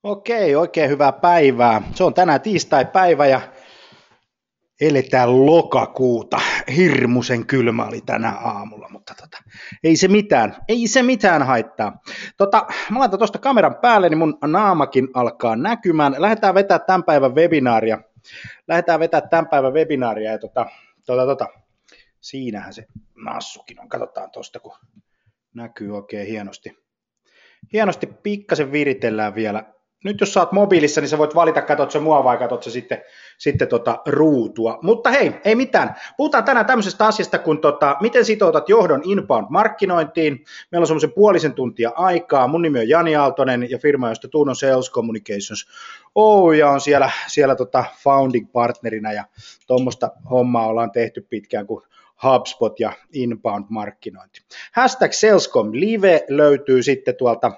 Okei, oikein hyvää päivää. Se on tänään tiistai-päivä ja eletään lokakuuta. Hirmuisen kylmä oli tänä aamulla, mutta ei se mitään haittaa. Mä laitan tuosta kameran päälle, niin mun naamakin alkaa näkymään. Lähdetään vetää tämän päivän webinaaria ja siinähän se nassukin on. Katsotaan tuosta, kun näkyy oikein hienosti. Hienosti pikkasen viritellään vielä. Nyt jos sä oot mobiilissa, niin sä voit valita, katsot sä mua vai katsot sä sitten ruutua. Mutta hei, ei mitään. Puhutaan tänään tämmöisestä asiasta kuin miten sitoutat johdon inbound-markkinointiin. Meillä on semmoisen puolisen tuntia aikaa. Mun nimi on Jani Aaltonen ja firma, josta tuun on Sales Communications Oy ja on siellä founding partnerina ja tuommoista hommaa ollaan tehty pitkään kuin HubSpot ja inbound-markkinointi. #salescomlive löytyy sitten tuolta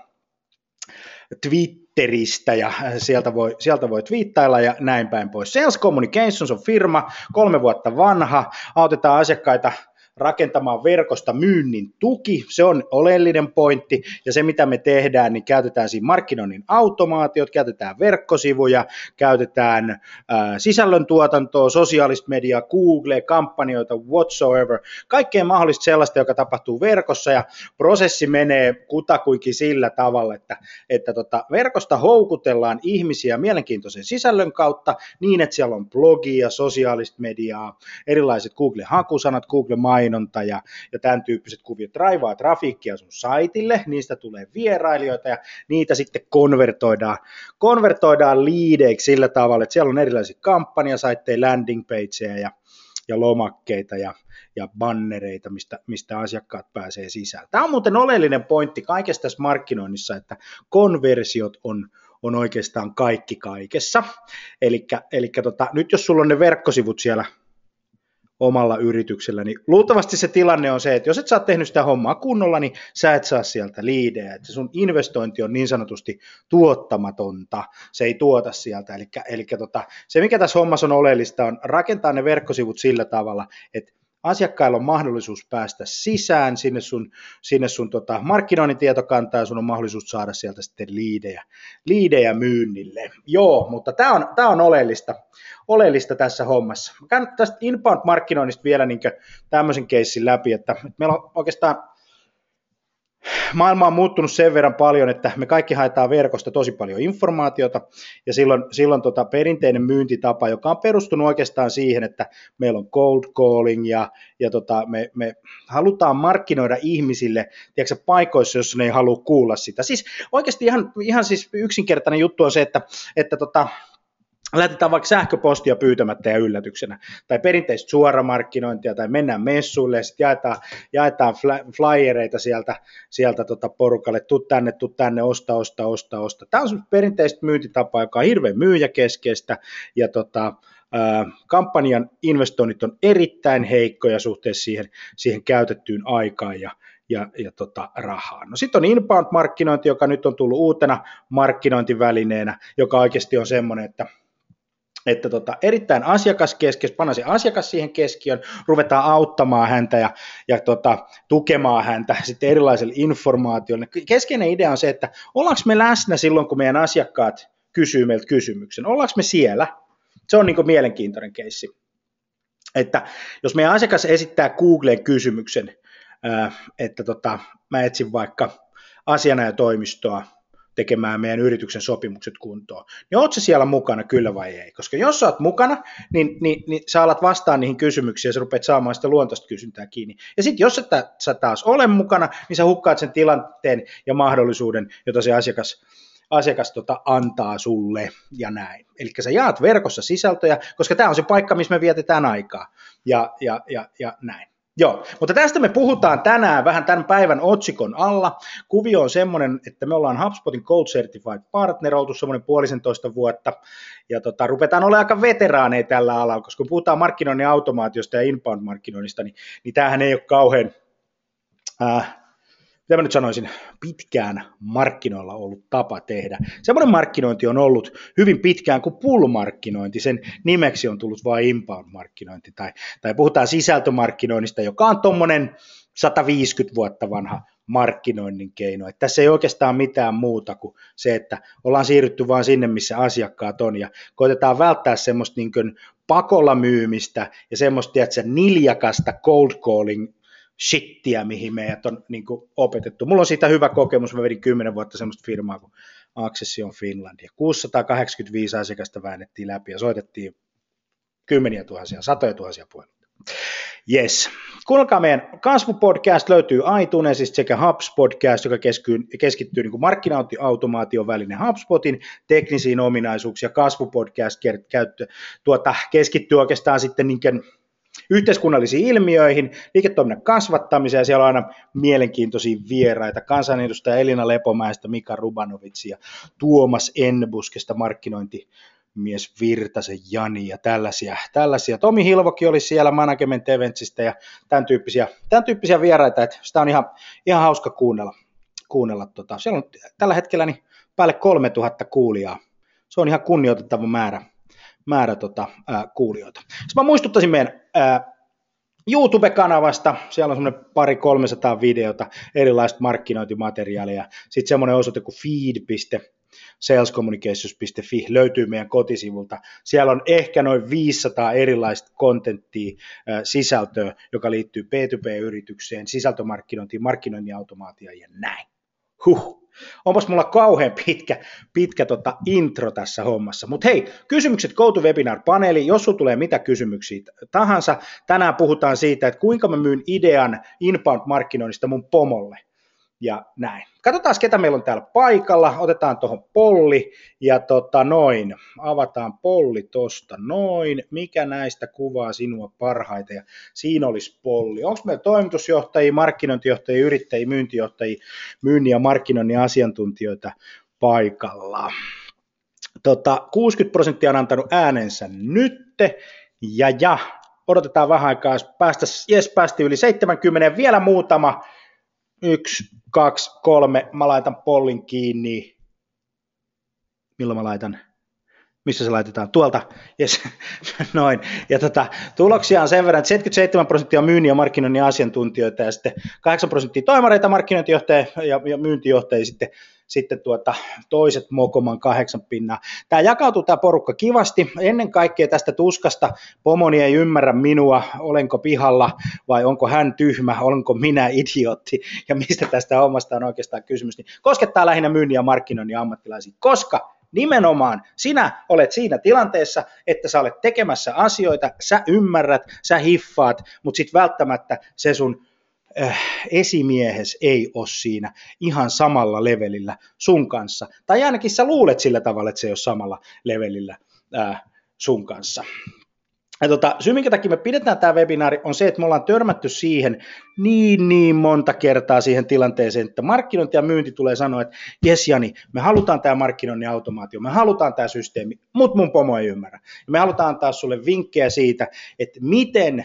Twitteristä ja sieltä voi twiittailla ja näin päin pois. Sales Communications on firma, 3 vuotta vanha, autetaan asiakkaita rakentamaan verkosta myynnin tuki, se on oleellinen pointti, ja se mitä me tehdään, niin käytetään siinä markkinoinnin automaatiot, käytetään verkkosivuja, käytetään sisällöntuotantoa, sosiaalista mediaa, Google, kampanjoita, whatsoever, kaikkea mahdollista sellaista, joka tapahtuu verkossa, ja prosessi menee kutakuinkin sillä tavalla, että verkosta houkutellaan ihmisiä mielenkiintoisen sisällön kautta, niin että siellä on blogia, sosiaalista mediaa, erilaiset Google-hakusanat, Google-mainonta ja tämän tyyppiset kuviot raivaa trafiikkia sun saitille, niistä tulee vierailijoita ja niitä sitten konvertoidaan liideiksi sillä tavalla, että siellä on erilaisia kampanjasaitteja, landing pageja ja lomakkeita ja bannereita, mistä asiakkaat pääsee sisään. Tämä on muuten oleellinen pointti kaikessa tässä markkinoinnissa, että konversiot on oikeastaan kaikki kaikessa. Eli nyt jos sulla on ne verkkosivut siellä omalla yrityksellä, niin luultavasti se tilanne on se, että jos et sä oot tehnyt sitä hommaa kunnolla, niin sä et saa sieltä liidejä, että sun investointi on niin sanotusti tuottamatonta, se ei tuota sieltä, eli se mikä tässä hommassa on oleellista on rakentaa ne verkkosivut sillä tavalla, että asiakkailla on mahdollisuus päästä sisään sinne sun markkinoinnin tietokantaan ja sun on mahdollisuus saada sieltä sitten liidejä myynnille. Joo, mutta tämä on oleellista tässä hommassa. Mä käyn tästä inbound-markkinoinnista vielä niin tämmöisen keissin läpi, että meillä on oikeastaan maailma on muuttunut sen verran paljon, että me kaikki haetaan verkosta tosi paljon informaatiota, ja silloin perinteinen myyntitapa, joka on perustunut oikeastaan siihen, että meillä on cold calling, ja me halutaan markkinoida ihmisille, tiedätkö, paikoissa, joissa ne ei halua kuulla sitä. Siis oikeasti ihan siis yksinkertainen juttu on se, että lähetetään vaikka sähköpostia pyytämättä ja yllätyksenä, tai perinteistä suoramarkkinointia, tai mennään messuille ja sitten jaetaan flyereita sieltä porukalle, tuu tänne, osta. Tämä on perinteistä myyntitapaa, joka on hirveän myyjäkeskeistä, ja kampanjan investoinnit on erittäin heikkoja suhteessa siihen käytettyyn aikaan ja rahaan. No sitten on inbound-markkinointi, joka nyt on tullut uutena markkinointivälineenä, joka oikeasti on semmoinen, että erittäin asiakaskeskeistä, panna se asiakas siihen keskiöön, ruvetaan auttamaan häntä ja tukemaan häntä sitten erilaisella informaatiolla. Keskeinen idea on se, että ollaanko me läsnä silloin, kun meidän asiakkaat kysyy meiltä kysymyksen, ollaanko me siellä? Se on niin kuin mielenkiintoinen keissi. Että jos meidän asiakas esittää Googleen kysymyksen, että mä etsin vaikka asianajotoimistoa tekemään meidän yrityksen sopimukset kuntoon, niin ootko sä siellä mukana, kyllä vai ei? Koska jos sä oot mukana, niin sä alat vastaan niihin kysymyksiin ja sä rupeat saamaan sitä luontoista kysyntää kiinni. Ja sitten jos sä taas ole mukana, niin sä hukkaat sen tilanteen ja mahdollisuuden, jota se asiakas antaa sulle ja näin. Eli sä jaat verkossa sisältöjä, koska tämä on se paikka, missä me vietetään aikaa ja näin. Joo, mutta tästä me puhutaan tänään vähän tämän päivän otsikon alla. Kuvio on semmoinen, että me ollaan HubSpotin Gold Certified Partner, oltu semmoinen 1,5 vuotta, ja ruvetaan olemaan aika veteraaneja tällä alalla, koska kun puhutaan markkinoinnin automaatiosta ja inbound-markkinoinnista, niin tämähän ei ole kauhean, mitä mä nyt sanoisin, pitkään markkinoilla ollut tapa tehdä. Semmoinen markkinointi on ollut hyvin pitkään kuin pull-markkinointi, sen nimeksi on tullut vain inbound-markkinointi, tai puhutaan sisältömarkkinoinnista, joka on tuommoinen 150 vuotta vanha markkinoinnin keino. Että tässä ei oikeastaan mitään muuta kuin se, että ollaan siirrytty vaan sinne, missä asiakkaat on, ja koitetaan välttää semmoista niin kuin pakolla myymistä ja semmoista, tiedätkö, niljakasta cold calling shittiä, mihin meidät on niin kuin opetettu. Mulla on siitä hyvä kokemus, mä vedin 10 vuotta semmoista firmaa kuin Accession Finland, ja 685 asiakasta väännettiin läpi ja soitettiin kymmeniä tuhansia, satoja tuhansia puheluita. Yes. Kuunnelkaa meidän kasvupodcast, löytyy iTunesista sekä Hubs podcast, joka keskittyy niin kuin markkinointiautomaation välinen HubSpotin teknisiin ominaisuuksiin, ja kasvupodcast keskittyy oikeastaan sitten niin kuin yhteiskunnallisiin ilmiöihin, liiketoiminnan kasvattamiseen, ja siellä on aina mielenkiintoisia vieraita, kansanedustaja Elina Lepomäestä, Mika Rubanovitsia, Tuomas Enbuskesta, markkinointimies Virtasen Jani ja tällaisia. Tomi Hilvokin oli siellä Management Eventsistä ja tämän tyyppisiä vieraita, että sitä on ihan hauska kuunnella. Siellä on tällä hetkellä niin päälle 3000 kuulijaa. Se on ihan kunnioitettava määrä kuulijoita. Sitten mä muistuttaisin meidän YouTube-kanavasta, siellä on semmoinen 200-300 videota, erilaista markkinointimateriaalia, sitten semmoinen osoite kuin feed.salescommunications.fi löytyy meidän kotisivulta, siellä on ehkä noin 500 erilaista kontenttia, sisältöä, joka liittyy B2B-yritykseen, sisältömarkkinointiin, markkinoinnin automaatioon ja näin. Onpas mulla kauhean pitkä intro tässä hommassa, mutta hei, kysymykset GoToWebinar-paneeli, jos sulla tulee mitä kysymyksiä tahansa, tänään puhutaan siitä, että kuinka mä myyn idean inbound-markkinoinnista mun pomolle ja näin. Katsotaan, ketä meillä on täällä paikalla, otetaan tuohon polli ja avataan polli tosta noin, mikä näistä kuvaa sinua parhaiten ja siinä olisi polli. Onko meillä toimitusjohtajia, markkinointijohtajia, yrittäjiä, myyntijohtajia, myynnin ja markkinoinnin asiantuntijoita paikalla? 60% on antanut äänensä nytte ja odotetaan vähän aikaa, jos päästiin yli 70, vielä muutama. 1, 2, 3, mä laitan pollin kiinni. Milloin mä laitan? Missä se laitetaan? Tuolta. Yes. Noin. Ja tuloksia on sen verran, että 77% on myynnin ja markkinoinnin asiantuntijoita ja sitten 8% toimareita, markkinointijohtajia ja myyntijohtajia sitten toiset mokoman 8 pinnaa. Tämä jakautuu tämä porukka kivasti. Ennen kaikkea tästä tuskasta pomoni ei ymmärrä minua, olenko pihalla vai onko hän tyhmä, olenko minä idiootti ja mistä tästä hommasta on oikeastaan kysymys. Niin koskettaa lähinnä myynnin ja markkinoinnin ammattilaisia, koska nimenomaan sinä olet siinä tilanteessa, että sä olet tekemässä asioita, sä ymmärrät, sä hiffaat, mutta sitten välttämättä se sun esimiehes ei ole siinä ihan samalla levelillä sun kanssa. Tai ainakin sä luulet sillä tavalla, että se ei ole samalla levelillä sun kanssa. Ja syy, minkä takia me pidetään tämä webinaari, on se, että me ollaan törmätty siihen niin monta kertaa siihen tilanteeseen, että markkinointi ja myynti tulee sanoa, että jes Jani, me halutaan tämä markkinoinnin automaatio, me halutaan tämä systeemi, mutta mun pomo ei ymmärrä. Ja me halutaan antaa sulle vinkkejä siitä, että miten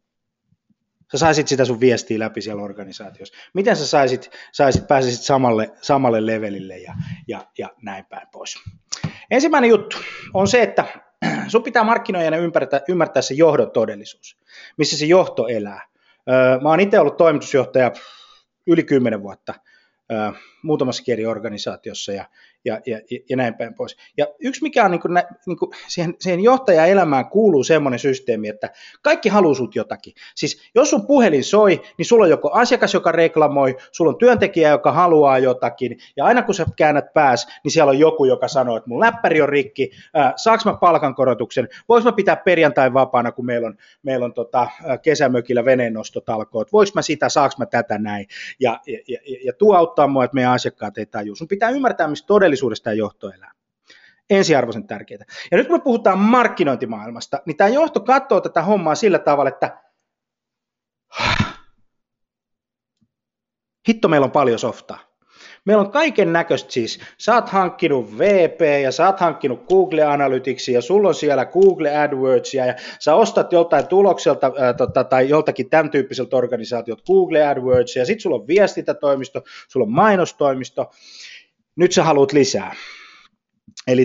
sä saisit sitä sun viestiä läpi siellä organisaatiossa, miten sä pääsisit samalle levelille ja näin päin pois. Ensimmäinen juttu on se, että sun pitää markkinoijana ymmärtää se johdon todellisuus, missä se johto elää. Mä oon itse ollut toimitusjohtaja yli 10 vuotta muutamassa eri organisaatiossa ja näin päin pois. Ja yksi mikä on siihen johtajan elämään kuuluu semmoinen systeemi, että kaikki haluaa sut jotakin. Siis jos sun puhelin soi, niin sulla on joko asiakas, joka reklamoi, sulla on työntekijä, joka haluaa jotakin, ja aina kun sä käännät pääs, niin siellä on joku, joka sanoo, että mun läppäri on rikki, saaks mä palkankorotuksen, vois mä pitää perjantain vapaana, kun meillä on kesämökillä veneennostotalkoot, vois mä sitä, saaks mä tätä näin, ja tuo auttaa mua, että meidän asiakkaat ei tajua. Sun pitää ymmärtää, missä todellisuudesta tämä johto elää. Ensiarvoisen tärkeää. Ja nyt kun me puhutaan markkinointimaailmasta, niin tämä johto katsoo tätä hommaa sillä tavalla, että hitto, meillä on paljon softaa. Meillä on kaiken näköistä siis. Sä oot hankkinut VP ja sä oot hankkinut Google Analyticsia ja sulla on siellä Google AdWordsia ja sä ostat joltain tulokselta tai joltakin tämän tyyppiseltä organisaatiolta Google AdWordsia ja sit sulla on viestintätoimisto, sulla on mainostoimisto. Nyt sä haluat lisää. Eli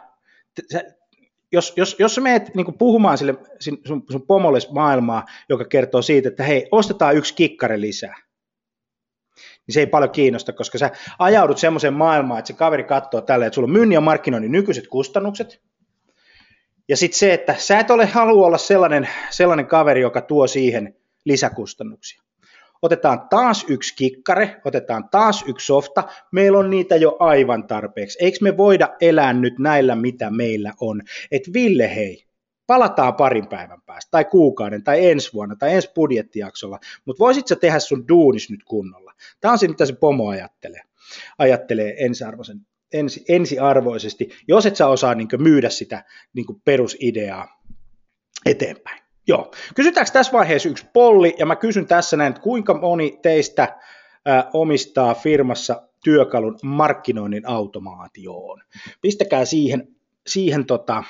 jos sä menet niin puhumaan sille sun pomolle maailmaa, joka kertoo siitä, että hei, ostetaan yksi kikkare lisää, niin se ei paljon kiinnosta, koska sä ajaudut semmoiseen maailmaan, että se kaveri katsoo tälleen, että sulla on myynnin ja markkinoinnin nykyiset kustannukset, ja sitten se, että sä et halua olla sellainen kaveri, joka tuo siihen lisäkustannuksia. Otetaan taas yksi kikkare, otetaan taas yksi softa, meillä on niitä jo aivan tarpeeksi. Eikö me voida elää nyt näillä, mitä meillä on? Et Ville, hei, palataan parin päivän päästä, tai kuukauden, tai ensi vuonna, tai ensi budjettijaksolla, mutta voisit sä tehdä sun duunis nyt kunnolla? Tämä on se, mitä se pomo ajattelee ensiarvoisesti, jos et sä osaa niin myydä sitä niin perusideaa eteenpäin. Joo. Kysytäänkö tässä vaiheessa yksi polli, ja mä kysyn tässä näin, että kuinka moni teistä omistaa firmassa työkalun markkinoinnin automaatioon? Pistäkää siihen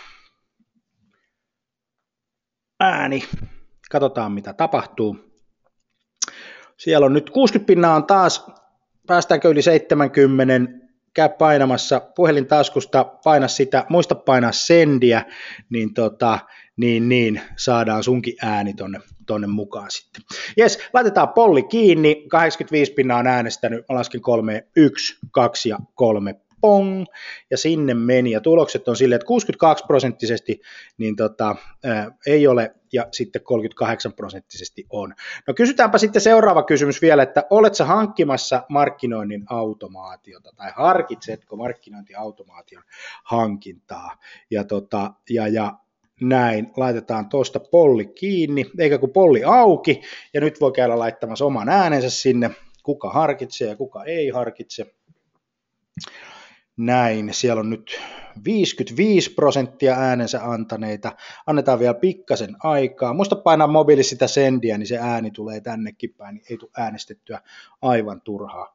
ääni, katsotaan mitä tapahtuu. Siellä on nyt 60% on taas, päästäänkö yli 70, käy painamassa puhelintaskusta, paina sitä, muista painaa sendiä, niin saadaan sunkin ääni tonne mukaan sitten. Jes, laitetaan polli kiinni, 85% on äänestänyt, mä lasken 3, 1, 2 ja 3, pong, ja sinne meni, ja tulokset on silleen, että 62% niin ei ole, ja sitten 38% on. No kysytäänpä sitten seuraava kysymys vielä, että oletko hankkimassa markkinoinnin automaatiota, tai harkitsetko markkinointiautomaation hankintaa, ja näin, laitetaan tuosta polli kiinni, eikä kun polli auki, ja nyt voi käydä laittamassa oman äänensä sinne, kuka harkitsee ja kuka ei harkitse. Näin, siellä on nyt 55% äänensä antaneita, annetaan vielä pikkasen aikaa. Muista painaa mobiilissa sitä sendiä, niin se ääni tulee tännekin päin, niin ei tule äänestettyä aivan turhaa.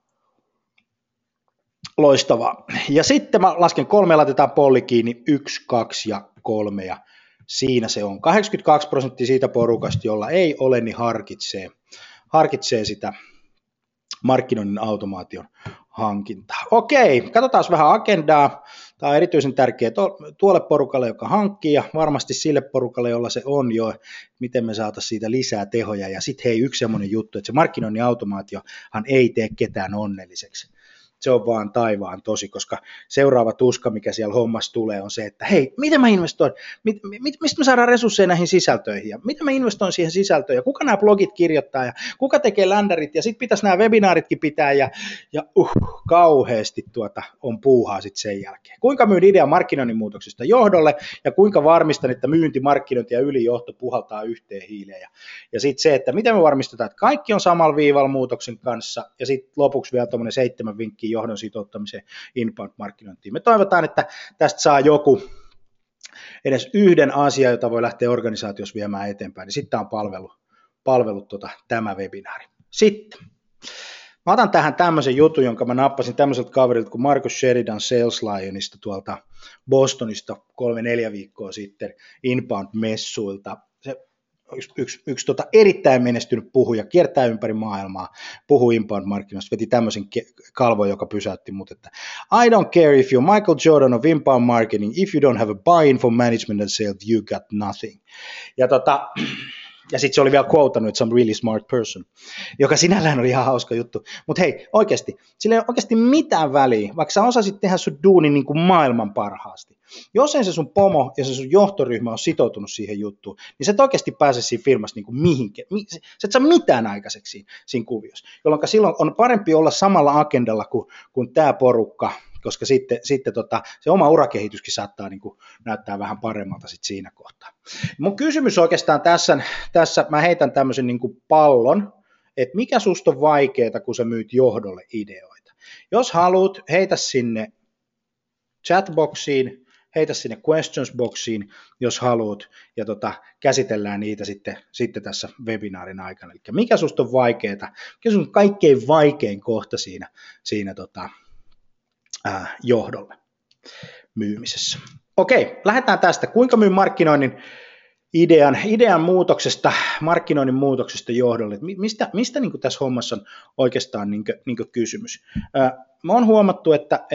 Loistavaa. Ja sitten mä lasken 3, laitetaan polli kiinni, 1, 2 ja 3, ja siinä se on. 82% siitä porukasta, jolla ei ole, niin harkitsee sitä markkinoinnin automaation hankintaa. Okei, katsotaan vähän agendaa. Tämä on erityisen tärkeä tuolle porukalle, joka hankkii, ja varmasti sille porukalle, jolla se on jo, miten me saataisiin siitä lisää tehoja. Ja sitten hei, yksi semmoinen juttu, että se markkinoinnin automaatiohan ei tee ketään onnelliseksi. Se on vaan taivaan tosi, koska seuraava tuska, mikä siellä hommassa tulee, on se, että hei, miten mä investoin, mistä me saadaan resursseja näihin sisältöihin, ja miten mä investoin siihen sisältöön, ja kuka nämä blogit kirjoittaa, ja kuka tekee ländärit, ja sitten pitäisi nämä webinaaritkin pitää, ja kauheasti on puuhaa sitten sen jälkeen. Kuinka myyn idean markkinoinnin muutoksista johdolle, ja kuinka varmistan, että myynti, markkinointi ja ylijohto puhaltaa yhteen hiileen, ja sitten se, että miten me varmistetaan, että kaikki on samalla viivalla muutoksen kanssa, ja sitten lopuksi vielä tuommoinen 7 vinkkiä johdon sitouttamiseen inbound-markkinointiin. Me toivotaan, että tästä saa joku edes yhden asian, jota voi lähteä organisaatiossa viemään eteenpäin, niin sitten on palvellut tämä webinaari. Sitten mä otan tähän tämmöisen jutun, jonka mä nappasin tämmöiseltä kaverilta kuin Marcus Sheridan Sales Lionista tuolta Bostonista 3-4 viikkoa sitten inbound-messuilta. Se yksi erittäin menestynyt puhuja, kiertää ympäri maailmaa, puhuu inbound-markkinoista, veti tämmöisen kalvon, joka pysäytti mut, että I don't care if you're Michael Jordan of inbound marketing, if you don't have a buy-in for management and sales, you got nothing. Ja sitten se oli vielä quoteannut, että some really smart person, joka sinällään oli ihan hauska juttu. Mutta hei, oikeasti, sillä ei ole oikeasti mitään väliä, vaikka sä osasit tehdä sun duunin niin kuin maailman parhaasti. Jos ei se sun pomo ja se sun johtoryhmä on sitoutunut siihen juttuun, niin sä et oikeasti pääse siinä firmassa niin kuin mihinkään. Sä et saa mitään aikaiseksi siinä kuviossa, jolloin silloin on parempi olla samalla agendalla kuin tämä porukka, koska sitten se oma urakehityskin saattaa niin kuin näyttää vähän paremmalta sit siinä kohtaa. Mun kysymys oikeastaan tässä mä heitän tämmöisen niin kuin pallon, että mikä susta on vaikeaa, kun sä myyt johdolle ideoita. Jos haluat, heitä sinne chatboxiin, heitä sinne questionsboxiin, jos haluat, ja käsitellään niitä sitten tässä webinaarin aikana. Eli mikä susta on vaikeaa, mikä sun kaikkein vaikein kohta siinä johdolle myymisessä. Okei, lähdetään tästä. Kuinka myy markkinoinnin idean muutoksesta, markkinoinnin muutoksesta johdolle? Mistä niin kuin tässä hommassa on oikeastaan niin kuin kysymys? Mä oon huomattu, että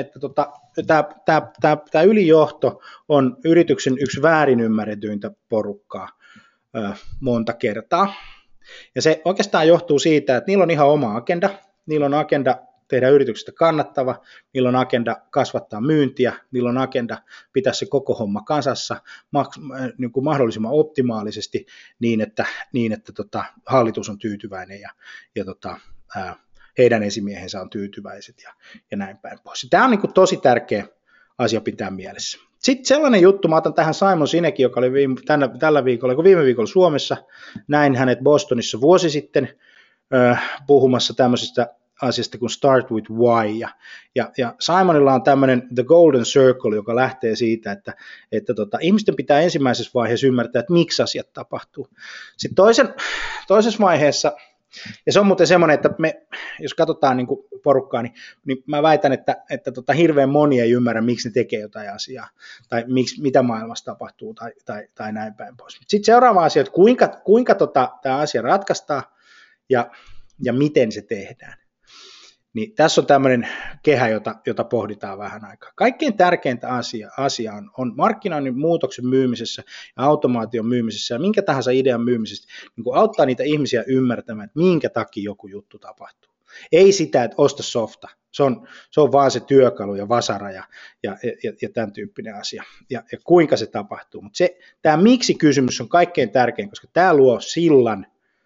tämä ylijohto on yrityksen yksi väärin ymmärretyintä porukkaa monta kertaa. Ja se oikeastaan johtuu siitä, että niillä on ihan oma agenda. niillä on agenda tehdä yrityksestä kannattava, niillä on agenda kasvattaa myyntiä, niillä on agenda pitää se koko homma kasassa niin kuin mahdollisimman optimaalisesti niin, että hallitus on tyytyväinen ja heidän esimiehensä on tyytyväiset ja näin päin pois. Tämä on niin kuin tosi tärkeä asia pitää mielessä. Sitten sellainen juttu, mä otan tähän Simon Sinekin, joka oli tällä viikolla, kun viime viikolla Suomessa, näin hänet Bostonissa vuosi sitten puhumassa tämmöisestä asiasta kuin Start with Why, ja Simonilla on tämmöinen The Golden Circle, joka lähtee siitä, että ihmisten pitää ensimmäisessä vaiheessa ymmärtää, että miksi asiat tapahtuu. Sitten toisessa vaiheessa, ja se on muuten semmoinen, että jos katsotaan niin kuin porukkaa, niin mä väitän, että hirveän moni ei ymmärrä, miksi ne tekee jotain asiaa, tai mitä maailmassa tapahtuu, tai näin päin pois. Sitten seuraava asia, että kuinka tämä asia ratkaistaan, ja miten se tehdään. Niin tässä on tämmöinen kehä, jota pohditaan vähän aikaa. Kaikkein tärkeintä asia on markkinoinnin muutoksen myymisessä ja automaation myymisessä ja minkä tahansa idean myymisessä, niin kun auttaa niitä ihmisiä ymmärtämään, että minkä takia joku juttu tapahtuu. Ei sitä, että osta softa. Se on vaan se työkalu ja vasara ja tämän tyyppinen asia. Ja kuinka se tapahtuu. Mutta tämä miksi-kysymys on kaikkein tärkein, koska tämä luo sillan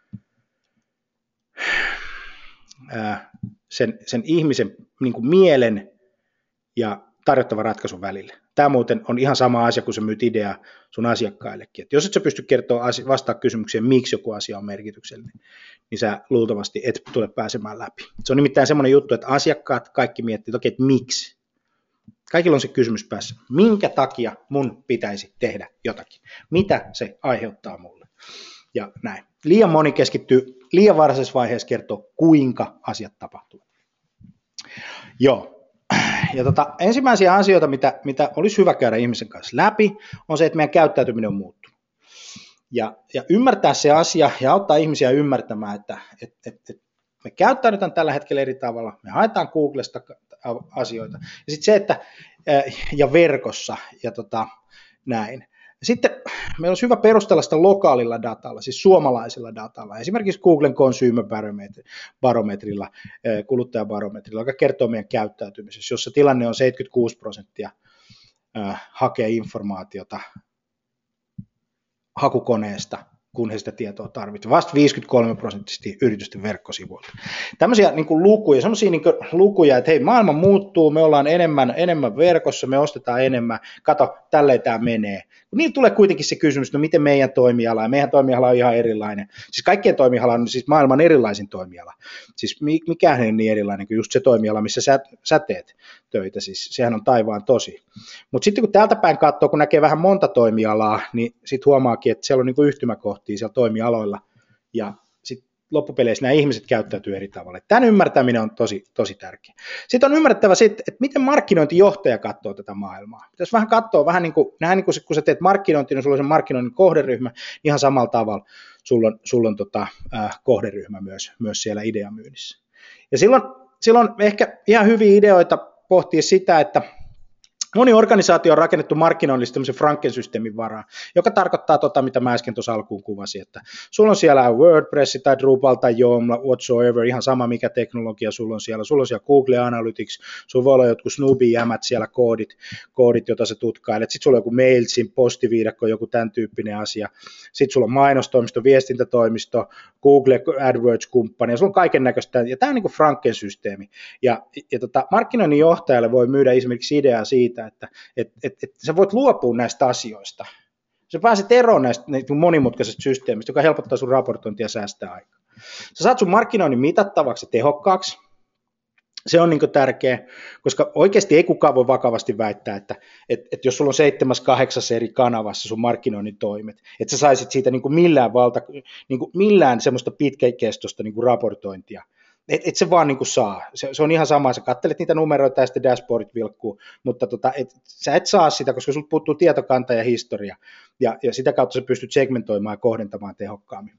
sen ihmisen niin kuin mielen ja tarjottavan ratkaisun välille. Tämä muuten on ihan sama asia, kun sä myyt ideaa sun asiakkaillekin. Et jos et sä pysty kertoa vastaa kysymykseen, miksi joku asia on merkityksellinen, niin sä luultavasti et tule pääsemään läpi. Se on nimittäin semmoinen juttu, että asiakkaat kaikki miettii, että miksi. Kaikilla on se kysymys päässä. Minkä takia mun pitäisi tehdä jotakin? Mitä se aiheuttaa mulle? Ja näin. Liian moni keskittyy liian varhaisessa vaiheessa kertoa, kuinka asiat tapahtuvat. Joo. Ja ensimmäisiä asioita, mitä olisi hyvä käydä ihmisen kanssa läpi, on se, että meidän käyttäytyminen on muuttunut. Ja ymmärtää se asia ja auttaa ihmisiä ymmärtämään, että me käyttäydytään tällä hetkellä eri tavalla, me haetaan Googlesta asioita. Ja sitten se, että ja verkossa ja näin. Sitten meillä olisi hyvä perustella sitä lokaalilla datalla, siis suomalaisella datalla, esimerkiksi Googlen Consumer Barometrilla, kuluttajabarometrilla, joka kertoo meidän käyttäytymisessä, jossa tilanne on 76% hakee informaatiota hakukoneesta, kun he sitä tietoa tarvitsevat. Vasta 53% yritysten verkkosivuilta. Tämmöisiä niin kuin lukuja, semmoisia niin kuin lukuja, että hei, maailma muuttuu, me ollaan enemmän verkossa, me ostetaan enemmän, kato, tälleen tämä menee. Niillä tulee kuitenkin se kysymys, no miten meidän toimiala, ja meidän toimiala on ihan erilainen. Siis kaikkien toimiala on siis maailman erilaisin toimiala. Siis mikään ei ole niin erilainen kuin just se toimiala, missä sä teet töitä, siis sehän on taivaan tosi. Mutta sitten kun täältä päin katsoo, kun näkee vähän monta toimialaa, niin sitten huomaakin, että siellä on niin kuin yhtymäkohtia siellä toimialoilla, ja sitten loppupeleissä nämä ihmiset käyttäytyy eri tavalla. Tämän ymmärtäminen on tosi tärkeä. Sitten on ymmärrettävä sitten, että miten markkinointijohtaja katsoo tätä maailmaa. Pitäisi vähän katsoa, nähdä niin kuin kun sä teet markkinointia, niin sulla on se markkinoinnin kohderyhmä, ihan samalla tavalla sulla on kohderyhmä myös siellä ideamyynnissä. Ja silloin ehkä ihan hyviä ideoita pohtia sitä, että moni organisaatio on rakennettu markkinoinnista tämmöisen Franken-systeemin varaan, joka tarkoittaa mitä mä äsken tuossa alkuun kuvasin, että sulla on siellä WordPress tai Drupal tai Joomla, whatsoever, ihan sama mikä teknologia sulla on siellä Google Analytics, sulla voi olla jotkut Snoopy-jämät siellä koodit, joita sä tutkailet, sitten sulla on joku Mailchimp, postiviidakko, joku tämän tyyppinen asia, sitten sulla on mainostoimisto, viestintätoimisto, Google AdWords-kumppani, ja sulla on kaiken näköistä, ja tämä on niin kuin Franken-systeemi, ja markkinoinnin johtajalle voi myydä esimerkiksi ideaa siitä, että sä voit luopua näistä asioista. Sä pääset eroon näistä monimutkaisesta systeemistä, joka helpottaa sun raportointia ja säästää aikaa. Sä saat sun markkinoinnin mitattavaksi ja tehokkaaksi. Se on niin kuin tärkeä, koska oikeasti ei kukaan voi vakavasti väittää, että jos sulla on 7-8 eri kanavassa sun markkinoinnin toimet, että sä saisit siitä niin kuin millään semmoista pitkäkestoista niin kuin raportointia. Et se vaan niin kuin saa. Se on ihan sama, sä katselet niitä numeroita ja sitten dashboardit vilkkuu, mutta sä et saa sitä, koska sulta puuttuu tietokanta ja historia, ja sitä kautta sä pystyt segmentoimaan ja kohdentamaan tehokkaammin,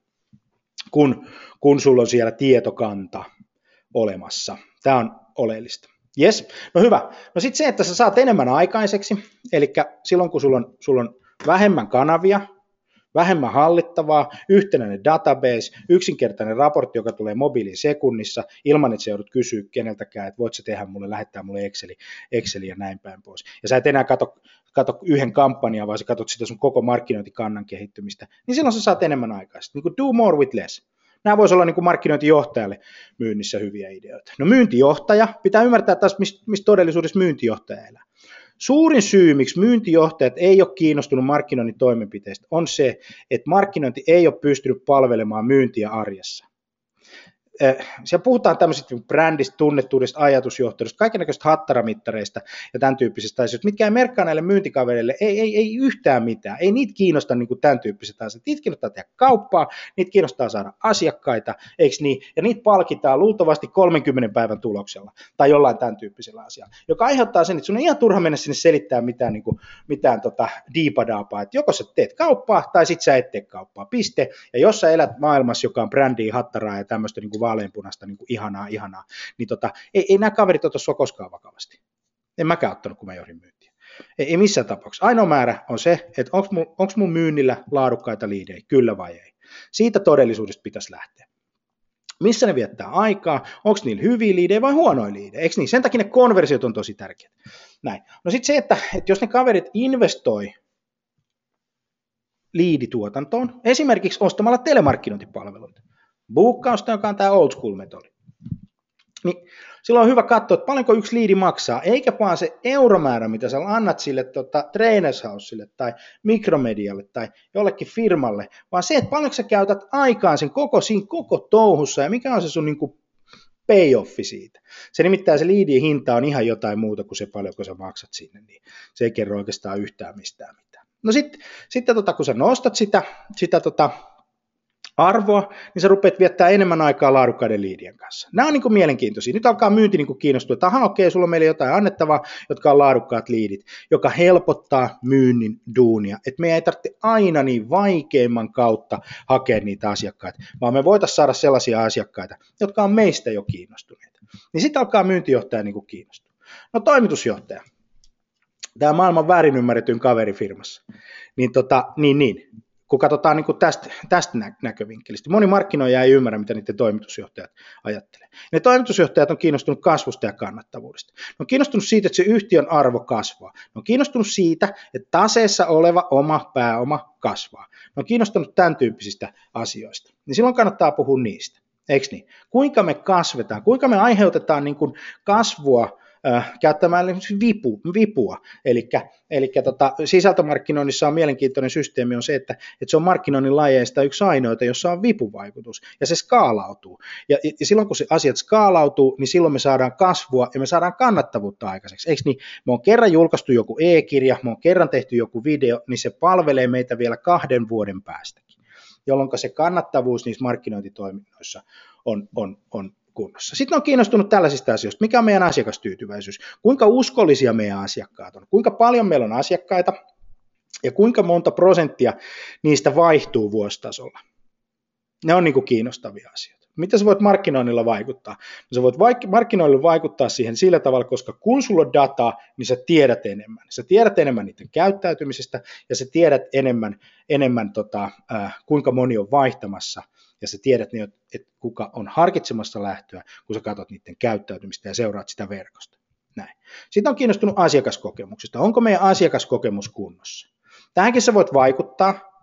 kun sulla on siellä tietokanta olemassa. Tämä on oleellista. Jes, no hyvä. No sitten se, että sä saat enemmän aikaiseksi, eli silloin kun sulla on vähemmän kanavia, vähemmän hallittavaa, yhtenäinen database, yksinkertainen raportti, joka tulee mobiiliin sekunnissa, ilman että se joudut kysyä keneltäkään, että voit sä tehdä mulle, lähettää mulle Exceli ja näin päin pois. Ja sä et enää kato yhden kampanjan, vaan sä katot sitä sun koko markkinointikannan kehittymistä, niin silloin sä saat enemmän aikaa. Niin kuin do more with less. Nämä voisi olla niin kuin markkinointijohtajalle myynnissä hyviä ideoita. No myyntijohtaja, pitää ymmärtää taas, mistä todellisuudessa myyntijohtaja elää. Suurin syy, miksi myyntijohtajat ei ole kiinnostunut markkinoinnin toimenpiteistä, on se, että markkinointi ei ole pystynyt palvelemaan myyntiä arjessa. Siellä puhutaan tämmöisistä brändistä, tunnettuudesta, ajatusjohtajuudesta, kaikennäköistä hattaramittareista ja tämän tyyppisistä asioista, mitkä ei merkkaa näille myyntikavereille, ei yhtään mitään, ei niitä kiinnosta niin kuin tämän tyyppiset asiat, niitä kiinnostaa tehdä kauppaa, niitä kiinnostaa saada asiakkaita, eikö niin, ja niitä palkitaan luultavasti 30 päivän tuloksella tai jollain tämän tyyppisellä asialla, joka aiheuttaa sen, että sun on ihan turha mennä sinne selittää mitään diipadaapaa, että joko sä teet kauppaa tai sit sä et tee kauppaa, piste, ja jos sä elät maailmassa, joka on brändiä, hattaraa ja tämmöistä niin kuin vaaleanpunasta niin kuin ihanaa, niin ei nämä kaverit ota sua koskaan vakavasti. En mäkään ottanut, kun mä johdin myyntiä. Ei missään tapauksessa. Ainoa määrä on se, että onko mun myynnillä laadukkaita liidejä, kyllä vai ei. Siitä todellisuudesta pitäisi lähteä. Missä ne viettää aikaa, onko niillä hyviä liidejä vai huonoja liidejä, eikö niin? Sen takia ne konversiot on tosi tärkeät. Näin. No sitten se, että jos ne kaverit investoi liidituotantoon, esimerkiksi ostamalla telemarkkinointipalveluita, buukkausta, joka on tämä old school metodi, niin silloin on hyvä katsoa, että paljonko yksi liidi maksaa, eikä vaan se euromäärä, mitä sä annat sille Trainers Houselle tai Mikromedialle tai jollekin firmalle, vaan se, että paljonko sä käytät aikaan siinä koko touhussa ja mikä on se sun niin kuin payoffi siitä. Se nimittäin se liidin hinta on ihan jotain muuta kuin se paljonko sä maksat sinne, niin se ei kerro oikeastaan yhtään mistään mitään. No sitten kun sä nostat sitä arvoa, niin sä rupeat viettää enemmän aikaa laadukkaiden liidien kanssa. Nämä on niin kuin mielenkiintoisia. Nyt alkaa myynti niin kuin kiinnostua, että okei, sulla on meille jotain annettavaa, jotka on laadukkaat liidit, joka helpottaa myynnin duunia. Että meidän ei tarvitse aina niin vaikeimman kautta hakea niitä asiakkaita, vaan me voitaisiin saada sellaisia asiakkaita, jotka on meistä jo kiinnostuneita. Niin sitten alkaa myyntijohtaja niin kuin kiinnostua. No toimitusjohtaja. Tämä maailman väärin ymmärretyn kaverifirmassa. Niin. Kun katsotaan niin kuin tästä näkövinkkelistä. Moni markkinoija ei ymmärrä, mitä niiden toimitusjohtajat ajattelee. Ne toimitusjohtajat on kiinnostunut kasvusta ja kannattavuudesta. Ne on kiinnostunut siitä, että se yhtiön arvo kasvaa. Ne on kiinnostunut siitä, että taseessa oleva oma pääoma kasvaa. Ne on kiinnostunut tämän tyyppisistä asioista. Niin silloin kannattaa puhua niistä. Eikö niin? Kuinka me kasvetaan, kuinka me aiheutetaan niin kuin kasvua käyttämään vipua. Eli sisältömarkkinoinnissa on mielenkiintoinen systeemi on se, että se on markkinoinnin lajeista yksi ainoita, jossa on vipuvaikutus ja se skaalautuu. Ja silloin kun se asiat skaalautuu, niin silloin me saadaan kasvua ja me saadaan kannattavuutta aikaiseksi. Eikö niin? Me on kerran julkaistu joku e-kirja, me on kerran tehty joku video, niin se palvelee meitä vielä 2 vuoden päästäkin, jolloin se kannattavuus niissä markkinointitoiminnoissa on kunnossa. Sitten on kiinnostunut tällaisista asioista, mikä on meidän asiakastyytyväisyys, kuinka uskollisia meidän asiakkaat on, kuinka paljon meillä on asiakkaita ja kuinka monta prosenttia niistä vaihtuu vuositasolla. Ne on niin kuin kiinnostavia asioita. Mitä sä voit markkinoinnilla vaikuttaa? No sä voit markkinoinnilla vaikuttaa siihen sillä tavalla, koska kun sulla on dataa, niin sä tiedät enemmän. Sä tiedät enemmän niiden käyttäytymisestä ja sä tiedät enemmän kuinka moni on vaihtamassa. Ja sä tiedät, että kuka on harkitsemassa lähtöä, kun sä katsot niiden käyttäytymistä ja seuraat sitä verkosta. Näin. Sitten on kiinnostunut asiakaskokemuksesta. Onko meidän asiakaskokemus kunnossa? Tähänkin sä voit vaikuttaa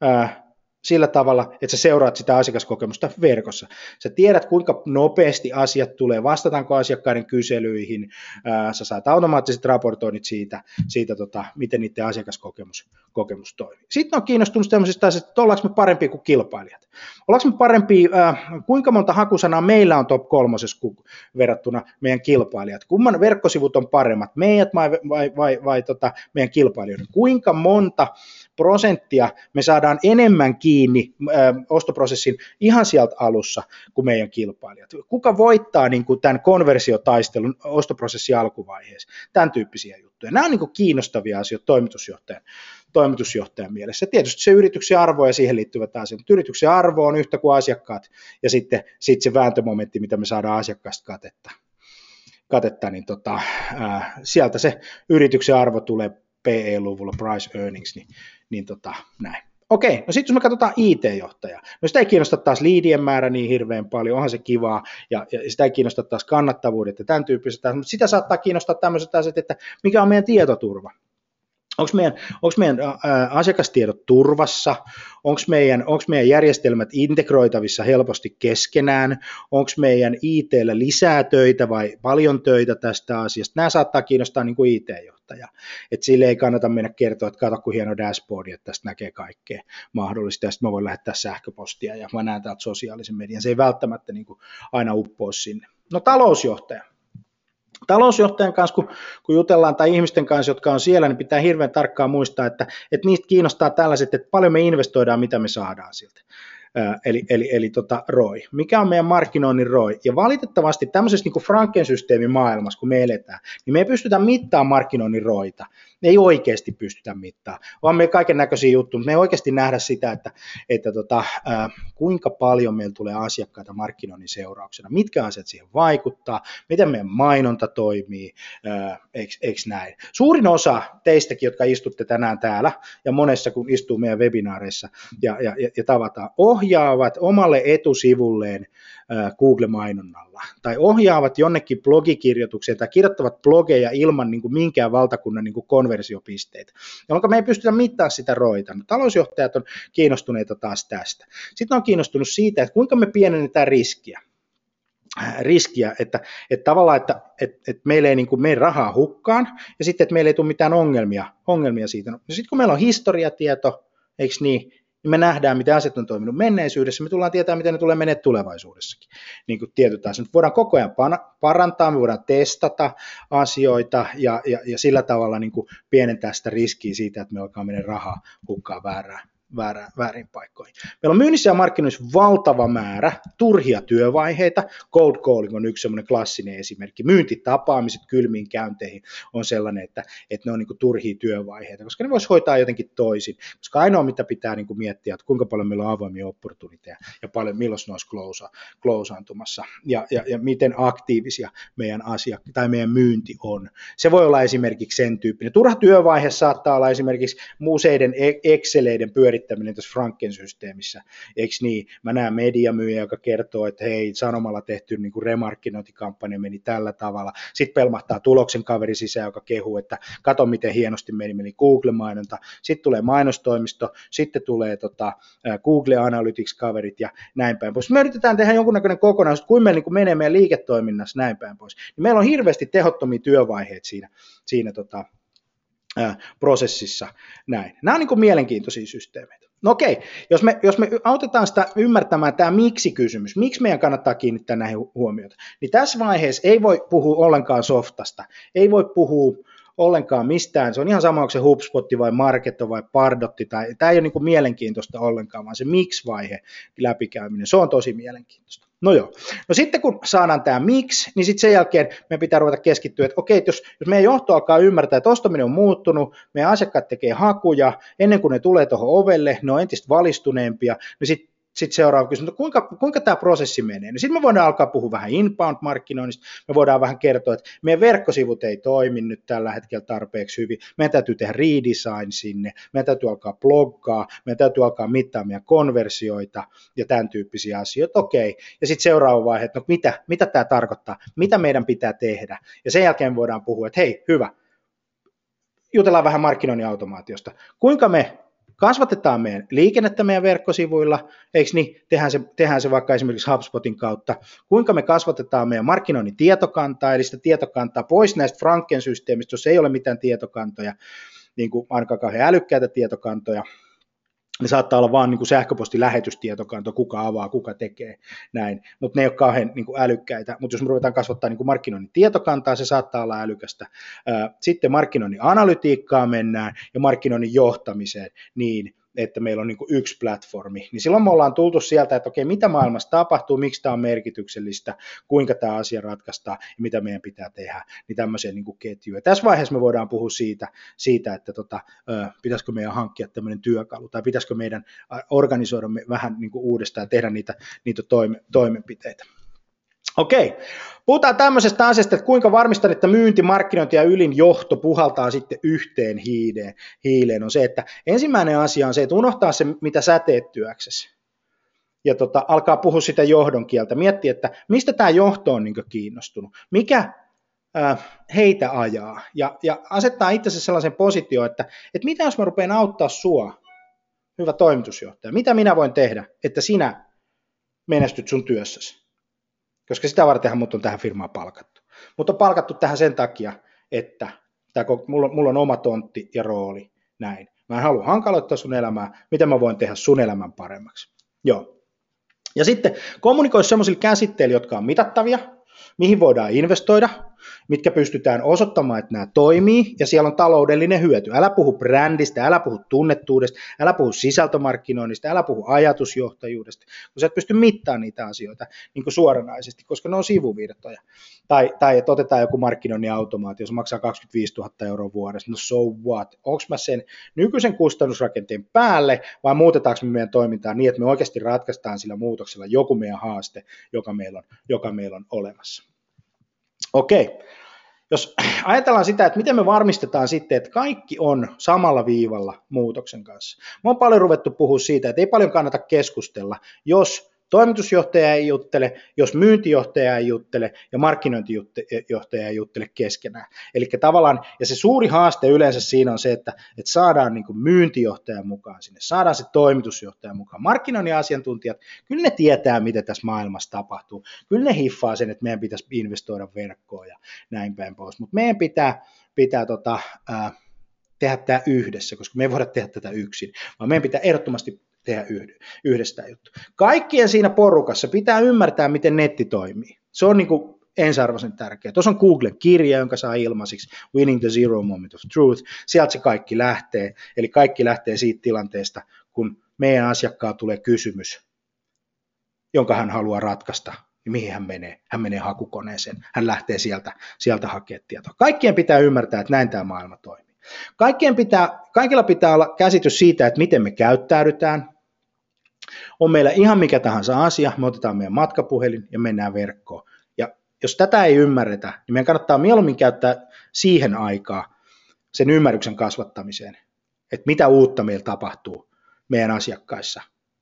sillä tavalla, että sä seuraat sitä asiakaskokemusta verkossa. Sä tiedät, kuinka nopeasti asiat tulee, vastataanko asiakkaiden kyselyihin, sä saat automaattiset raportoinnit siitä miten niiden asiakaskokemus toimii. Sitten on kiinnostunut tämmöisistä asioista, että ollaanko me parempia kuin kilpailijat. Ollaanko me parempia, kuinka monta hakusanaa meillä on top 3 verrattuna meidän kilpailijat. Kumman verkkosivut on paremmat, meidät vai meidän kilpailijoiden. Kuinka monta prosenttia me saadaan enemmän kiinni ostoprosessin ihan sieltä alussa kuin meidän kilpailijat. Kuka voittaa niin kuin tämän konversiotaistelun ostoprosessin alkuvaiheessa? Tämän tyyppisiä juttuja. Nämä on niin kuin kiinnostavia asioita toimitusjohtajan mielessä. Tietysti se yrityksen arvo ja siihen liittyvät asiat, mutta yrityksen arvo on yhtä kuin asiakkaat ja sitten se vääntömomentti, mitä me saadaan asiakkaasta katetta niin sieltä se yrityksen arvo tulee PE-luvulla, price earnings, niin näin. Okei, no sitten jos me katsotaan IT-johtajaa, no sitä ei kiinnosta taas liidien määrä niin hirveän paljon, onhan se kivaa, ja sitä ei kiinnosta taas kannattavuudet ja tämän tyyppiset, mutta sitä saattaa kiinnostaa tämmöiset asiat, että mikä on meidän tietoturva. Onko meidän asiakastiedot turvassa, onko meidän järjestelmät integroitavissa helposti keskenään, onko meidän IT:llä lisää töitä vai paljon töitä tästä asiasta. Nämä saattaa kiinnostaa niin kuin IT-johtajaa, että sille ei kannata mennä kertoa, että kato kun hieno dashboardi, että tästä näkee kaikkea mahdollista ja sitten mä voin lähettää sähköpostia ja mä näen täältä sosiaalisen median, se ei välttämättä niin kuin aina uppoa sinne. No talousjohtajan kanssa, kun jutellaan tai ihmisten kanssa, jotka on siellä, niin pitää hirveän tarkkaan muistaa, että niistä kiinnostaa tällaiset, että paljon me investoidaan, mitä me saadaan siltä. Eli ROI. Mikä on meidän markkinoinnin ROI? Ja valitettavasti tämmöisessä niin kuin Franken-systeemin maailmassa, kun me eletään, niin me ei pystytä mittaamaan markkinoinnin ROIta. Me ei oikeasti pystytä mittaamaan, vaan me kaiken näköisiä juttuja, mutta me ei oikeasti nähdä sitä, että kuinka paljon meillä tulee asiakkaita markkinoinnin seurauksena, mitkä asiat siihen vaikuttaa, miten meidän mainonta toimii, eikö näin. Suurin osa teistäkin, jotka istutte tänään täällä, ja monessa kun istuu meidän webinaareissa ja tavataan, ohjaavat omalle etusivulleen Google-mainonnalla, tai ohjaavat jonnekin blogikirjoitukseen, tai kirjoittavat blogeja ilman niin kuin minkään valtakunnan niin kuin konversiopisteitä, jolloin me ei pystytä mittaamaan sitä ROIta. Talousjohtajat on kiinnostuneita taas tästä. Sitten on kiinnostunut siitä, että kuinka me pienennetään riskiä, että tavallaan, että meillä ei niin kuin mene rahaa hukkaan, ja sitten, että meillä ei tule mitään ongelmia siitä. No, sitten kun meillä on historiatieto, eikö niin me nähdään, miten asiat on toiminut menneisyydessä, me tullaan tietää, miten ne tulee menemään tulevaisuudessakin. Niin kuin tietyt asiat. Voidaan koko ajan parantaa, me voidaan testata asioita ja sillä tavalla niin kuin pienentää sitä riskiä siitä, että me alkaa mennä rahaa hukkaan väärin paikkoihin. Meillä on myynnissä ja markkinoissa valtava määrä turhia työvaiheita. Cold calling on yksi sellainen klassinen esimerkki. Myyntitapaamiset kylmiin käynteihin on sellainen, että ne on niin kuin turhia työvaiheita, koska ne voisi hoitaa jotenkin toisin. Koska ainoa, mitä pitää niin kuin miettiä, että kuinka paljon meillä on avoimia opportuniteja ja milloin ne olisi closeantumassa ja miten aktiivisia meidän meidän myynti on. Se voi olla esimerkiksi sen tyyppinen. Turha työvaihe saattaa olla esimerkiksi useiden Exceleiden pyörittäminen tässä Franken-systeemissä, eikö niin? Mä näen mediamyyjä, joka kertoo, että hei, Sanomalla tehty niin kuin remarkkinointikampanja meni tällä tavalla. Sitten pelmahtaa tuloksen kaveri sisään, joka kehuu, että kato miten hienosti meni Google-mainonta. Sitten tulee mainostoimisto, sitten tulee Google Analytics-kaverit ja näin päin pois. Me yritetään tehdä jonkunnäköinen kokonaisuus, kuin meillä niin menee meidän liiketoiminnassa näin päin pois. Niin meillä on hirveästi tehottomia työvaiheita siinä prosessissa näin. Nämä on niin kuin mielenkiintoisia systeemeitä. No okei, jos me autetaan sitä ymmärtämään tämä miksi-kysymys, miksi meidän kannattaa kiinnittää näihin huomiota, niin tässä vaiheessa ei voi puhua ollenkaan softasta, ei voi puhua ollenkaan mistään, se on ihan sama, onko se HubSpotti vai Marketo vai Pardotti, tämä ei ole niin kuin mielenkiintoista ollenkaan, vaan se miksi-vaihe läpikäyminen, se on tosi mielenkiintoista. No joo, no sitten kun saadaan tämä miksi, niin sitten sen jälkeen meidän pitää ruveta keskittyä, että okei, jos meidän johto alkaa ymmärtää, että ostaminen on muuttunut, meidän asiakkaat tekee hakuja, ennen kuin ne tulee tuohon ovelle, ne on entistä valistuneempia, niin sitten seuraava kysymys, kuinka tämä prosessi menee? No sitten me voidaan alkaa puhua vähän inbound-markkinoinnista, me voidaan vähän kertoa, että meidän verkkosivut ei toimi nyt tällä hetkellä tarpeeksi hyvin, meidän täytyy tehdä redesign sinne, meidän täytyy alkaa bloggaa, meidän täytyy alkaa mittaa meidän konversioita ja tämän tyyppisiä asioita, okei. Ja sitten seuraava vaihe, että no mitä tämä tarkoittaa, mitä meidän pitää tehdä, ja sen jälkeen voidaan puhua, että hei, hyvä, jutellaan vähän markkinoinnin automaatiosta, kuinka me kasvatetaan meidän liikennettä meidän verkkosivuilla, eikö niin, tehdään se vaikka esimerkiksi HubSpotin kautta, kuinka me kasvatetaan meidän markkinoinnin tietokantaa, eli sitä tietokantaa pois näistä Franken-systeemistä, jos ei ole mitään tietokantoja, niin kuin ainakaan kauhean älykkäitä tietokantoja, ne saattaa olla vaan niin kuin sähköpostilähetystietokanto, kuka avaa, kuka tekee näin, mutta ne ei ole kauhean niin kuin älykkäitä, mutta jos me ruvetaan kasvattaa niin kuin markkinoinnin tietokantaa, se saattaa olla älykästä. Sitten markkinoinnin analytiikkaa mennään ja markkinoinnin johtamiseen niin, että meillä on niin kuin yksi platformi, niin silloin me ollaan tultu sieltä, että okei, mitä maailmassa tapahtuu, miksi tämä on merkityksellistä, kuinka tämä asia ratkaistaan ja mitä meidän pitää tehdä, niin tämmöisiä niin kuin ketjuja. Tässä vaiheessa me voidaan puhua siitä että pitäisikö meidän hankkia tämmöinen työkalu, tai pitäisikö meidän organisoida vähän niin kuin uudestaan ja tehdä niitä toimenpiteitä. Okei, puhutaan tämmöisestä asiasta, että kuinka varmistan, että myynti, markkinointi ja ylin johto puhaltaa sitten yhteen hiileen. On se, että ensimmäinen asia on se, että unohtaa se, mitä sä teet työksesi. Ja alkaa puhua sitä johdon kieltä. Miettiä, että mistä tämä johto on niin kiinnostunut. Mikä heitä ajaa. Ja asettaa itsensä sellaisen positioon, että mitä jos mä rupean auttaa sua, hyvä toimitusjohtaja. Mitä minä voin tehdä, että sinä menestyt sun työssäsi. Koska sitä vartenhan mut on tähän firmaan palkattu. Mut on palkattu tähän sen takia, että mulla on oma tontti ja rooli näin. Mä en halua hankaloittaa sun elämää, mitä mä voin tehdä sun elämän paremmaksi. Joo. Ja sitten kommunikoi sellaisille käsitteille, jotka on mitattavia, mihin voidaan investoida, mitkä pystytään osoittamaan, että nämä toimii, ja siellä on taloudellinen hyöty. Älä puhu brändistä, älä puhu tunnettuudesta, älä puhu sisältömarkkinoinnista, älä puhu ajatusjohtajuudesta, kun sä et pysty mittaamaan niitä asioita niin kuin suoranaisesti, koska ne on sivuvirtoja. Tai että otetaan joku markkinoinnin automaatio, jos maksaa 25 000 euroa vuodessa, no so what? Onko mä sen nykyisen kustannusrakenteen päälle, vai muutetaanko me meidän toimintaa niin, että me oikeasti ratkaistaan sillä muutoksella joku meidän haaste, joka meillä on olemassa. Okei, jos ajatellaan sitä, että miten me varmistetaan sitten, että kaikki on samalla viivalla muutoksen kanssa. Me on paljon ruvettu puhua siitä, että ei paljon kannata keskustella, jos toimitusjohtaja ei juttele, jos myyntijohtaja ei juttele ja markkinointijohtaja ei juttele keskenään. Eli tavallaan, ja se suuri haaste yleensä siinä on se, että saadaan niin kuin myyntijohtaja mukaan sinne, saadaan se toimitusjohtaja mukaan. Markkinoinnin asiantuntijat, kyllä ne tietää, mitä tässä maailmassa tapahtuu. Kyllä ne hiffaa sen, että meidän pitäisi investoida verkkoon ja näin päin pois. Mutta meidän pitää tehdä tämä yhdessä, koska me ei voida tehdä tätä yksin, vaan meidän pitää ehdottomasti tehdä yhdessä juttu. Kaikkien siinä porukassa pitää ymmärtää, miten netti toimii. Se on niin kuin ensiarvoisen tärkeää. Tuossa on Googlen kirja, jonka saa ilmaisiksi, Winning the Zero Moment of Truth. Sieltä se kaikki lähtee. Eli kaikki lähtee siitä tilanteesta, kun meidän asiakkaan tulee kysymys, jonka hän haluaa ratkaista, niin mihin hän menee? Hän menee hakukoneeseen. Hän lähtee sieltä hakemaan tietoa. Kaikkien pitää ymmärtää, että näin tämä maailma toimii. Kaikilla pitää olla käsitys siitä, että miten me käyttäydytään. On meillä ihan mikä tahansa asia, me otetaan meidän matkapuhelin ja mennään verkkoon. Ja jos tätä ei ymmärretä, niin meidän kannattaa mieluummin käyttää siihen aikaa sen ymmärryksen kasvattamiseen, että mitä uutta meillä tapahtuu meidän asiakkaissa,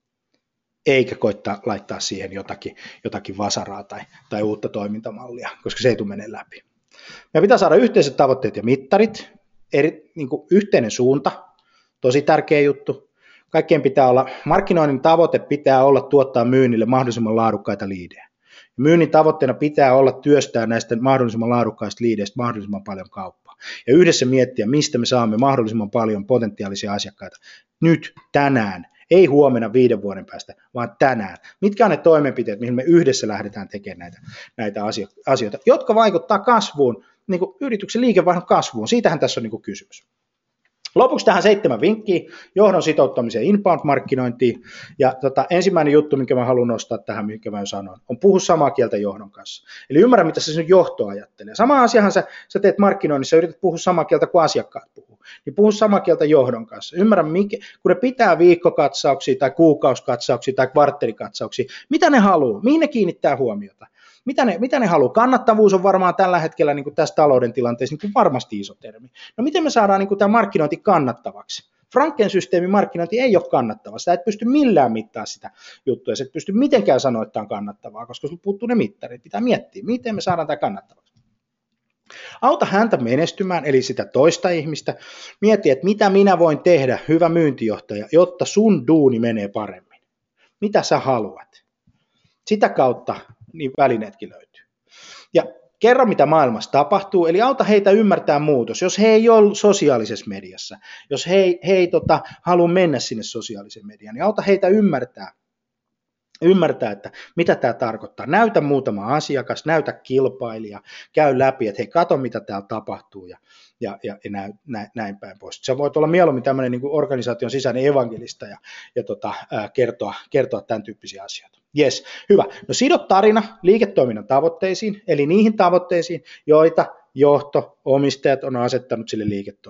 eikä koittaa laittaa siihen jotakin vasaraa tai uutta toimintamallia, koska se ei tule menee läpi. Meidän pitää saada yhteiset tavoitteet ja mittarit, niin kuin yhteinen suunta, tosi tärkeä juttu. Kaikkien pitää olla, markkinoinnin tavoite pitää olla tuottaa myynnille mahdollisimman laadukkaita liidejä. Myynnin tavoitteena pitää olla työstää näistä mahdollisimman laadukkaista liideistä mahdollisimman paljon kauppaa. Ja yhdessä miettiä, mistä me saamme mahdollisimman paljon potentiaalisia asiakkaita nyt, tänään. Ei huomenna 5 vuoden päästä, vaan tänään. Mitkä on ne toimenpiteet, mihin me yhdessä lähdetään tekemään näitä asioita, jotka vaikuttaa kasvuun, niin kuin yrityksen liikevaihdon kasvuun. Siitähän tässä on niin kuin kysymys. Lopuksi tähän 7 vinkkiä johdon sitouttamiseen inbound-markkinointiin. Ja ensimmäinen juttu, minkä mä haluan nostaa tähän, minkä mä jo sanoin, on puhu samaa kieltä johdon kanssa. Eli ymmärrä, mitä se sun johto ajattelee. Sama asiahan sä teet markkinoinnissa, yrität puhua samaa kieltä kuin asiakkaat puhuu. Niin puhu samaa kieltä johdon kanssa. Ymmärrä, kun ne pitää viikkokatsauksia tai kuukausikatsauksia tai kvartterikatsauksia, mitä ne haluaa, mihin ne kiinnittää huomiota. Mitä ne haluaa? Kannattavuus on varmaan tällä hetkellä niin kuin tässä talouden tilanteessa niin kuin varmasti iso termi. No miten me saadaan niin kuin tämä markkinointi kannattavaksi? Franken-systeemin markkinointi ei ole kannattava. Sä et pysty millään mittaa sitä juttua. Sä et pysty mitenkään sanoa, että tämä on kannattavaa, koska sulla puuttuu ne mittarit. Pitää miettiä, miten me saadaan tämä kannattavaksi. Auta häntä menestymään, eli sitä toista ihmistä. Mieti, että mitä minä voin tehdä, hyvä myyntijohtaja, jotta sun duuni menee paremmin. Mitä sä haluat? Sitä kautta niin välineetkin löytyy. Ja kerro, mitä maailmassa tapahtuu, eli auta heitä ymmärtää muutos. Jos he ei ole sosiaalisessa mediassa, jos he ei halua mennä sinne sosiaaliseen mediaan, niin auta heitä ymmärtää, että mitä tämä tarkoittaa. Näytä muutama asiakas, näytä kilpailija, käy läpi, että hei, kato mitä täällä tapahtuu ja näin päin pois. Se voi olla mieluummin tämmöinen niin kuin organisaation sisäinen evankelista ja kertoa tämän tyyppisiä asioita. Jes, hyvä. No sido tarina liiketoiminnan tavoitteisiin, eli niihin tavoitteisiin, joita johto, omistajat on asettanut sille liiketoiminnalle.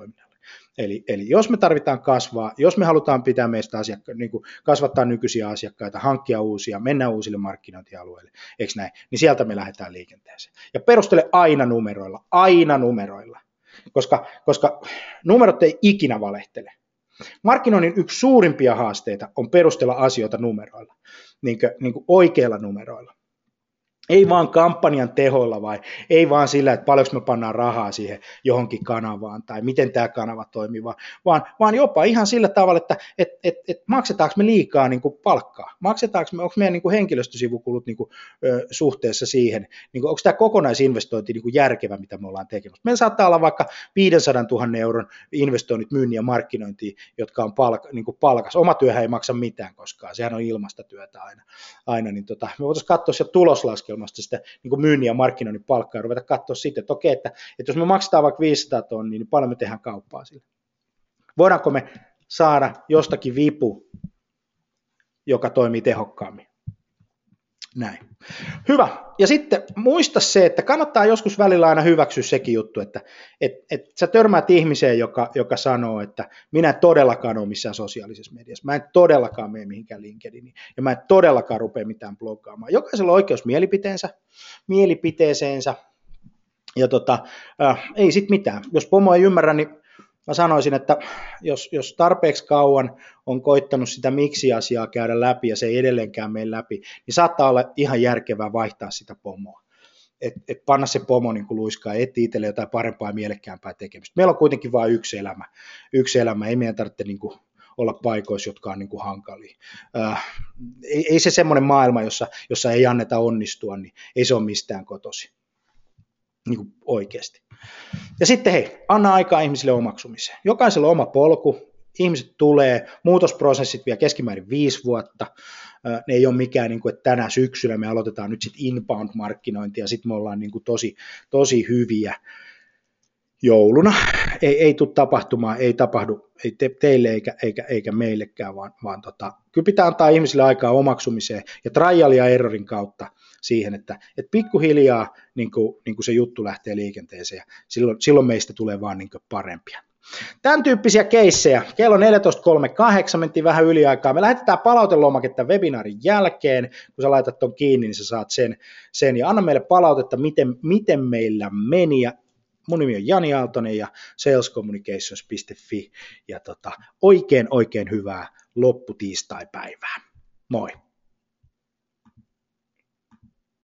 Eli jos me tarvitaan kasvaa, jos me halutaan pitää meistä niin kuin kasvattaa nykyisiä asiakkaita, hankkia uusia, mennä uusille markkinointialueille, eikö näin, niin sieltä me lähdetään liikenteeseen. Ja perustele aina numeroilla, koska numerot ei ikinä valehtele. Markkinoinnin yksi suurimpia haasteita on perustella asioita numeroilla, niin kuin oikeilla numeroilla. Ei vaan kampanjan tehoilla vai ei vaan sillä, että paljonko me pannaan rahaa siihen johonkin kanavaan tai miten tämä kanava toimii, vaan jopa ihan sillä tavalla, että maksetaanko me liikaa niin kuin palkkaa, onko meidän niin kuin henkilöstösivukulut niin kuin, suhteessa siihen, niin kuin, onko tämä kokonaisinvestointi niin kuin järkevä, mitä me ollaan tekemässä. Meillä saattaa olla vaikka 500 000 euron investoinnit myynnin ja markkinointiin, jotka on niin kuin palkas. Oma työhän ei maksa mitään koskaan, sehän on ilmaista työtä aina niin me voitaisiin katsoa sieltä tuloslaskelmasta sitä niin kuin myynnin ja markkinoinnin palkkaa ja ruveta katsoa sitten, että okei, että jos me maksetaan vaikka 500 tonnia, niin paljon me tehdään kauppaa sillä. Voidaanko me saada jostakin vipu, joka toimii tehokkaammin? Näin. Hyvä. Ja sitten muista se, että kannattaa joskus välillä aina hyväksyä sekin juttu, että sä törmäät ihmiseen, joka sanoo, että minä en todellakaan ole missään sosiaalisessa mediassa, mä en todellakaan mene mihinkään LinkedIniin, ja mä en todellakaan rupea mitään bloggaamaan. Jokaisella on oikeus mielipiteeseensä, ja ei sit mitään. Jos pomo ei ymmärrä, niin mä sanoisin, että jos tarpeeksi kauan on koittanut sitä miksi-asiaa käydä läpi ja se ei edelleenkään mene läpi, niin saattaa olla ihan järkevää vaihtaa sitä pomoa. Et panna se pomo niin kuin luiskaa, etsiä itselle jotain parempaa ja mielekkäämpää tekemistä. Meillä on kuitenkin vain yksi elämä, ei meidän tarvitse niin kuin olla paikoissa, jotka on niin kuin hankalia. Ei se semmoinen maailma, jossa ei anneta onnistua, niin ei se ole mistään kotoisin. Niin kuin oikeasti. Ja sitten hei, anna aikaa ihmisille omaksumiseen. Jokaisella on oma polku, ihmiset tulee, muutosprosessit vie keskimäärin 5 vuotta, ne ei ole mikään, niin kuin, että tänä syksyllä me aloitetaan nyt sitten inbound-markkinointia, ja sitten me ollaan niin kuin tosi hyviä jouluna. Ei tule tapahtumaan, ei tapahdu ei teille eikä meillekään, vaan kyllä pitää antaa ihmisille aikaa omaksumiseen ja trial ja errorin kautta siihen, että pikkuhiljaa niin kuin se juttu lähtee liikenteeseen ja silloin meistä tulee vaan niin kuin parempia. Tämän tyyppisiä keissejä. Kello on 14.38, mentiin vähän yliaikaa. Me lähetetään palautelomake tämän webinaarin jälkeen. Kun sä laitat ton kiinni, niin sä saat sen. Ja anna meille palautetta, miten meillä meni. Ja mun nimi on Jani Aaltonen ja salescommunications.fi. Ja oikein hyvää lopputiistaipäivää. Moi!